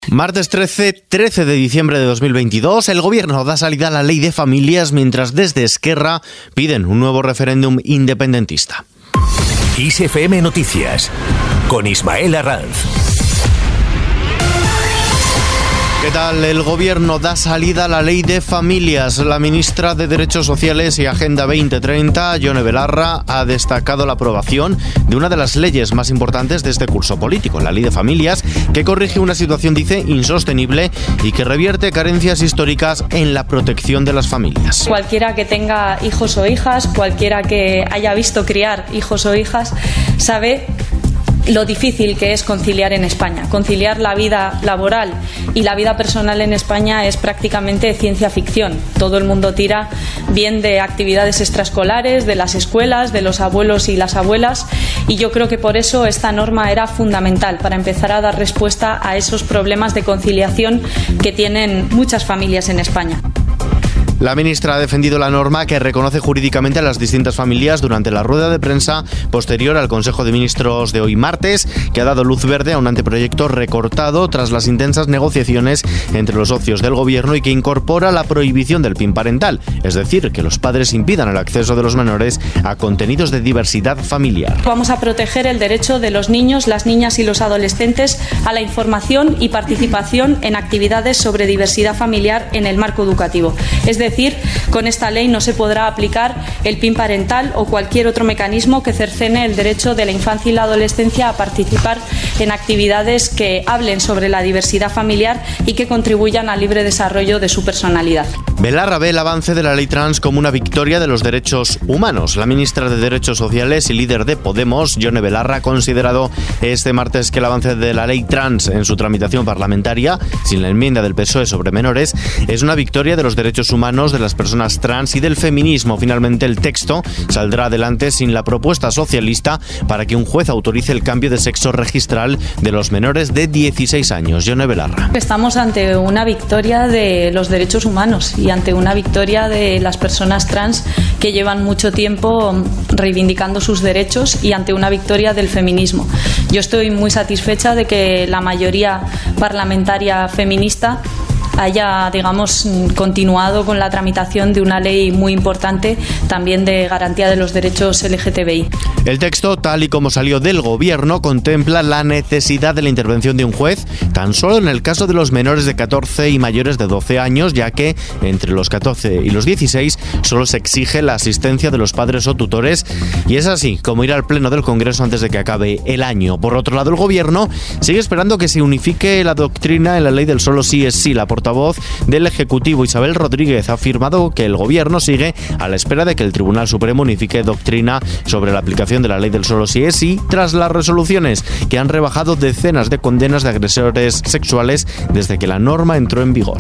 Martes 13 de diciembre de 2022, el Gobierno da salida a la Ley de Familias, mientras desde Esquerra piden un nuevo referéndum independentista. ISFM Noticias, con Ismael Arranz. ¿Qué tal? El Gobierno da salida a la Ley de Familias. La ministra de Derechos Sociales y Agenda 2030, Yone Belarra, ha destacado la aprobación de una de las leyes más importantes de este curso político, la Ley de Familias, que corrige una situación, dice, insostenible y que revierte carencias históricas en la protección de las familias. Cualquiera que tenga hijos o hijas, cualquiera que haya visto criar hijos o hijas, sabe lo difícil que es conciliar en España. Conciliar la vida laboral y la vida personal en España es prácticamente ciencia ficción. Todo el mundo tira bien de actividades extraescolares, de las escuelas, de los abuelos y las abuelas, y yo creo que por eso esta norma era fundamental para empezar a dar respuesta a esos problemas de conciliación que tienen muchas familias en España. La ministra ha defendido la norma que reconoce jurídicamente a las distintas familias durante la rueda de prensa posterior al Consejo de Ministros de hoy martes, que ha dado luz verde a un anteproyecto recortado tras las intensas negociaciones entre los socios del Gobierno y que incorpora la prohibición del PIN parental, es decir, que los padres impidan el acceso de los menores a contenidos de diversidad familiar. Vamos a proteger el derecho de los niños, las niñas y los adolescentes a la información y participación en actividades sobre diversidad familiar en el marco educativo. Es decir, con esta ley no se podrá aplicar el PIN parental o cualquier otro mecanismo que cercene el derecho de la infancia y la adolescencia a participar en actividades que hablen sobre la diversidad familiar y que contribuyan al libre desarrollo de su personalidad. Belarra ve el avance de la ley trans como una victoria de los derechos humanos. La ministra de Derechos Sociales y líder de Podemos, Yone Belarra, ha considerado este martes que el avance de la ley trans en su tramitación parlamentaria, sin la enmienda del PSOE sobre menores, es una victoria de los derechos humanos de las personas trans y del feminismo. Finalmente, el texto saldrá adelante sin la propuesta socialista para que un juez autorice el cambio de sexo registral de los menores de 16 años. Yone Belarra. Estamos ante una victoria de los derechos humanos y ante una victoria de las personas trans que llevan mucho tiempo reivindicando sus derechos y ante una victoria del feminismo. Yo estoy muy satisfecha de que la mayoría parlamentaria feminista haya, digamos, continuado con la tramitación de una ley muy importante también de garantía de los derechos LGTBI. El texto, tal y como salió del Gobierno, contempla la necesidad de la intervención de un juez tan solo en el caso de los menores de 14 y mayores de 12 años, ya que entre los 14 y los 16 solo se exige la asistencia de los padres o tutores, y es así como ir al Pleno del Congreso antes de que acabe el año. Por otro lado, el Gobierno sigue esperando que se unifique la doctrina en la ley del solo sí es sí. La portavoz del Ejecutivo, Isabel Rodríguez, ha afirmado que el Gobierno sigue a la espera de que el Tribunal Supremo unifique doctrina sobre la aplicación de la ley del solo sí es sí, tras las resoluciones que han rebajado decenas de condenas de agresores sexuales desde que la norma entró en vigor.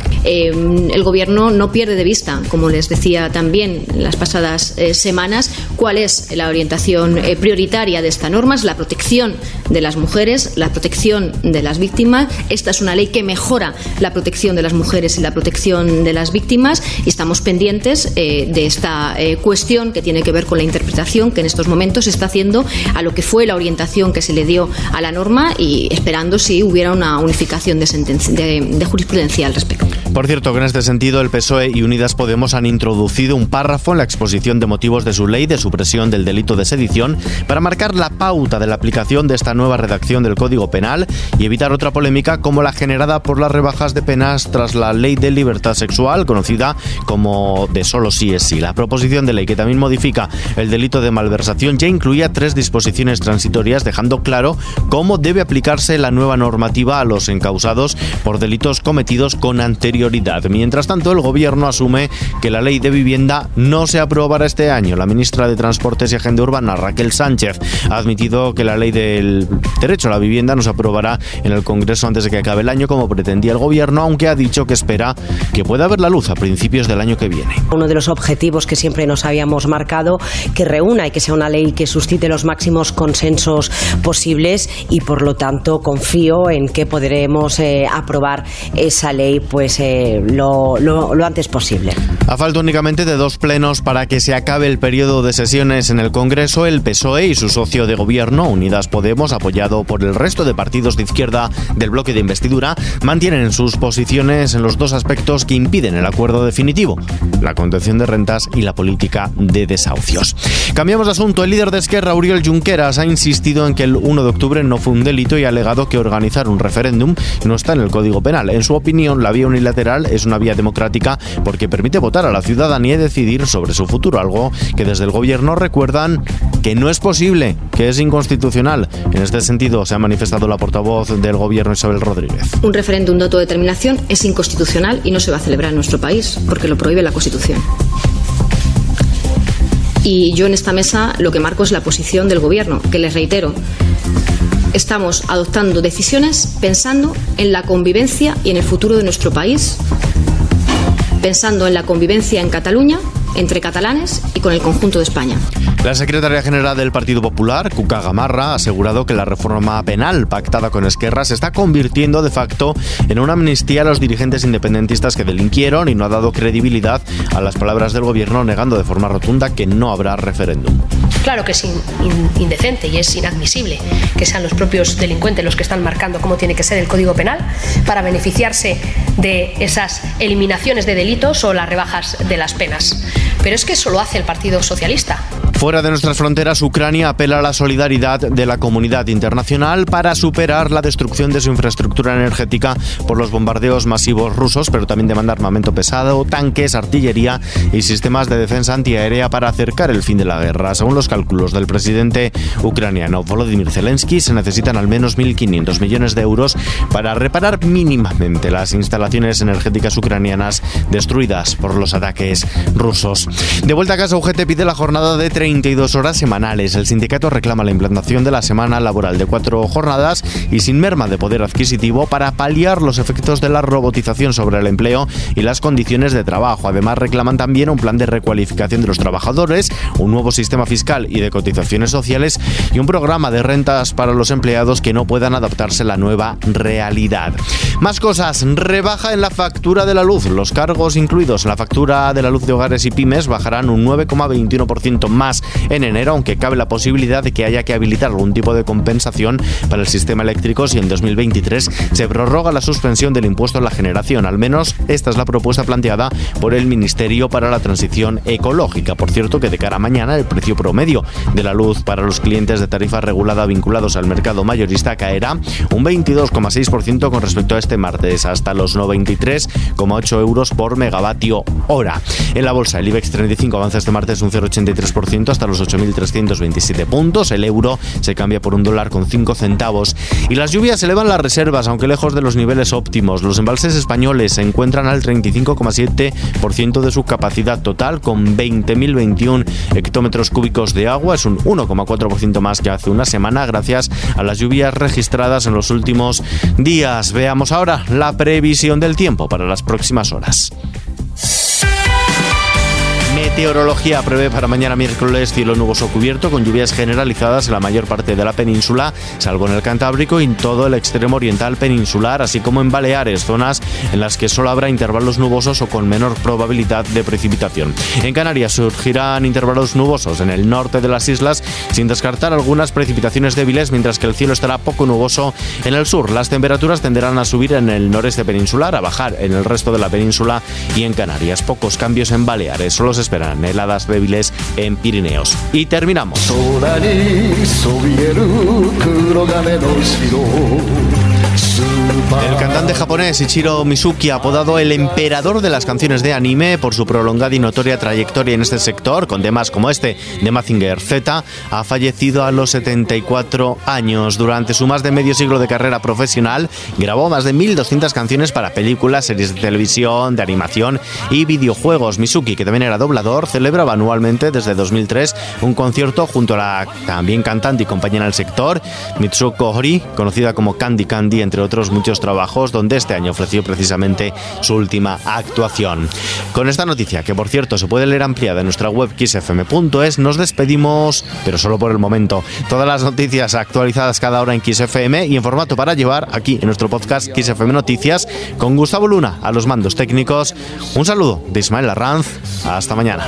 El Gobierno no pierde de vista, como les decía también en las pasadas semanas, cuál es la orientación prioritaria de esta norma: es la protección de las mujeres, la protección de las víctimas. Esta es una ley que mejora la protección de las mujeres y la protección de las víctimas, y estamos pendientes de esta cuestión que tiene que ver con la interpretación que en estos momentos se está haciendo a lo que fue la orientación que se le dio a la norma, y esperando si hubiera una unificación de jurisprudencia al respecto. Por cierto, que en este sentido el PSOE y Unidas Podemos han introducido un párrafo en la exposición de motivos de su ley de supresión del delito de sedición para marcar la pauta de la aplicación de esta nueva redacción del Código Penal y evitar otra polémica como la generada por las rebajas de penas tras la ley de libertad sexual, conocida como de solo sí es sí. La proposición de ley, que también modifica el delito de malversación, ya incluía 3 disposiciones transitorias, dejando claro cómo debe aplicarse la nueva normativa a los encausados por delitos cometidos con anterioridad. Mientras tanto, el Gobierno asume que la ley de vivienda no se aprobará este año. La ministra de Transportes y Agenda Urbana, Raquel Sánchez, ha admitido que la ley del derecho a la vivienda no se aprobará en el Congreso antes de que acabe el año, como pretendía el Gobierno, aunque ha dicho que espera que pueda ver la luz a principios del año que viene. Uno de los objetivos que siempre nos habíamos marcado, que reúna y que sea una ley que suscite los máximos consensos posibles, y por lo tanto confío en que podremos aprobar esa ley lo antes posible. A falta únicamente de 2 plenos para que se acabe el periodo de sesiones en el Congreso, el PSOE y su socio de gobierno, Unidas Podemos, apoyado por el resto de partidos de izquierda del bloque de investidura, mantienen sus posiciones en los 2 aspectos que impiden el acuerdo definitivo: la contención de rentas y la política de desahucios. Cambiamos de asunto. El líder de Esquerra, Oriol Junqueras, ha insistido en que el 1 de octubre no fue un delito y ha alegado que organizar un referéndum no está en el Código Penal. En su opinión, la vía unilateral es una vía democrática porque permite votar a la ciudadanía y decidir sobre su futuro, algo que desde el gobierno recuerdan que no es posible, que es inconstitucional. En este sentido se ha manifestado la portavoz del gobierno, Isabel Rodríguez. Un referéndum de autodeterminación es inconstitucional y no se va a celebrar en nuestro país porque lo prohíbe la Constitución. Y yo en esta mesa lo que marco es la posición del gobierno, que les reitero: estamos adoptando decisiones pensando en la convivencia y en el futuro de nuestro país, pensando en la convivencia en Cataluña, entre catalanes y con el conjunto de España. La secretaria general del Partido Popular, Cuca Gamarra, ha asegurado que la reforma penal pactada con Esquerra se está convirtiendo de facto en una amnistía a los dirigentes independentistas que delinquieron, y no ha dado credibilidad a las palabras del gobierno, negando de forma rotunda que no habrá referéndum. Claro que es indecente y es inadmisible que sean los propios delincuentes los que están marcando cómo tiene que ser el Código Penal para beneficiarse de esas eliminaciones de delitos o las rebajas de las penas. Pero es que eso lo hace el Partido Socialista. Fuera de nuestras fronteras, Ucrania apela a la solidaridad de la comunidad internacional para superar la destrucción de su infraestructura energética por los bombardeos masivos rusos, pero también demanda armamento pesado, tanques, artillería y sistemas de defensa antiaérea para acercar el fin de la guerra. Según los cálculos del presidente ucraniano Volodymyr Zelensky, se necesitan al menos 1.500 millones de euros para reparar mínimamente las instalaciones energéticas ucranianas destruidas por los ataques rusos. De vuelta a casa, UGT pide la jornada de 32 horas semanales. El sindicato reclama la implantación de la semana laboral de 4 jornadas y sin merma de poder adquisitivo para paliar los efectos de la robotización sobre el empleo y las condiciones de trabajo. Además, reclaman también un plan de recualificación de los trabajadores, un nuevo sistema fiscal y de cotizaciones sociales y un programa de rentas para los empleados que no puedan adaptarse a la nueva realidad. Más cosas. Rebaja en la factura de la luz. Los cargos incluidos en la factura de la luz de hogares y pymes bajarán un 9,21% más en enero, aunque cabe la posibilidad de que haya que habilitar algún tipo de compensación para el sistema eléctrico si en 2023 se prorroga la suspensión del impuesto a la generación. Al menos esta es la propuesta planteada por el Ministerio para la Transición Ecológica. Por cierto, que de cara a mañana el precio promedio de la luz para los clientes de tarifa regulada vinculados al mercado mayorista caerá un 22,6% con respecto a este martes, hasta los 93,8 euros por megavatio hora. En la bolsa, el IBEX 35 avanza este martes un 0,83% hasta los 8.327 puntos. El euro se cambia por $1,05. Y las lluvias elevan las reservas, aunque lejos de los niveles óptimos. Los embalses españoles se encuentran al 35,7% de su capacidad total, con 20.021 hectómetros cúbicos de agua. Es un 1,4% más que hace una semana, gracias a las lluvias registradas en los últimos días. Veamos ahora la previsión del tiempo para las próximas horas. Meteorología prevé para mañana miércoles cielo nuboso cubierto con lluvias generalizadas en la mayor parte de la península, salvo en el Cantábrico y en todo el extremo oriental peninsular, así como en Baleares, zonas en las que solo habrá intervalos nubosos o con menor probabilidad de precipitación. En Canarias surgirán intervalos nubosos en el norte de las islas, sin descartar algunas precipitaciones débiles, mientras que el cielo estará poco nuboso en el sur. Las temperaturas tenderán a subir en el noreste peninsular, a bajar en el resto de la península y en Canarias. Pocos cambios en Baleares, solo se esperan heladas débiles en Pirineos. Y terminamos. El cantante japonés Ichiro Mizuki, apodado el emperador de las canciones de anime por su prolongada y notoria trayectoria en este sector, con temas como este de Mazinger Z, ha fallecido a los 74 años. Durante su más de medio siglo de carrera profesional, grabó más de 1.200 canciones para películas, series de televisión, de animación y videojuegos. Mizuki, que también era doblador, celebraba anualmente desde 2003 un concierto junto a la también cantante y compañera del sector, Mitsuko Hori, conocida como Candy Candy, entre otros muchos trabajos, donde este año ofreció precisamente su última actuación. Con esta noticia, que por cierto se puede leer ampliada en nuestra web kissfm.es, nos despedimos, pero solo por el momento. Todas las noticias actualizadas cada hora en Kiss FM y en formato para llevar aquí en nuestro podcast Kiss FM Noticias, con Gustavo Luna a los mandos técnicos. Un saludo de Ismael Arranz. Hasta mañana.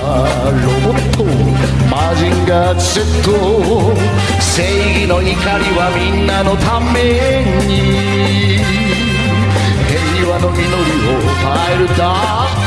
正義の怒りはみんなのために平和の祈りを絶えるだ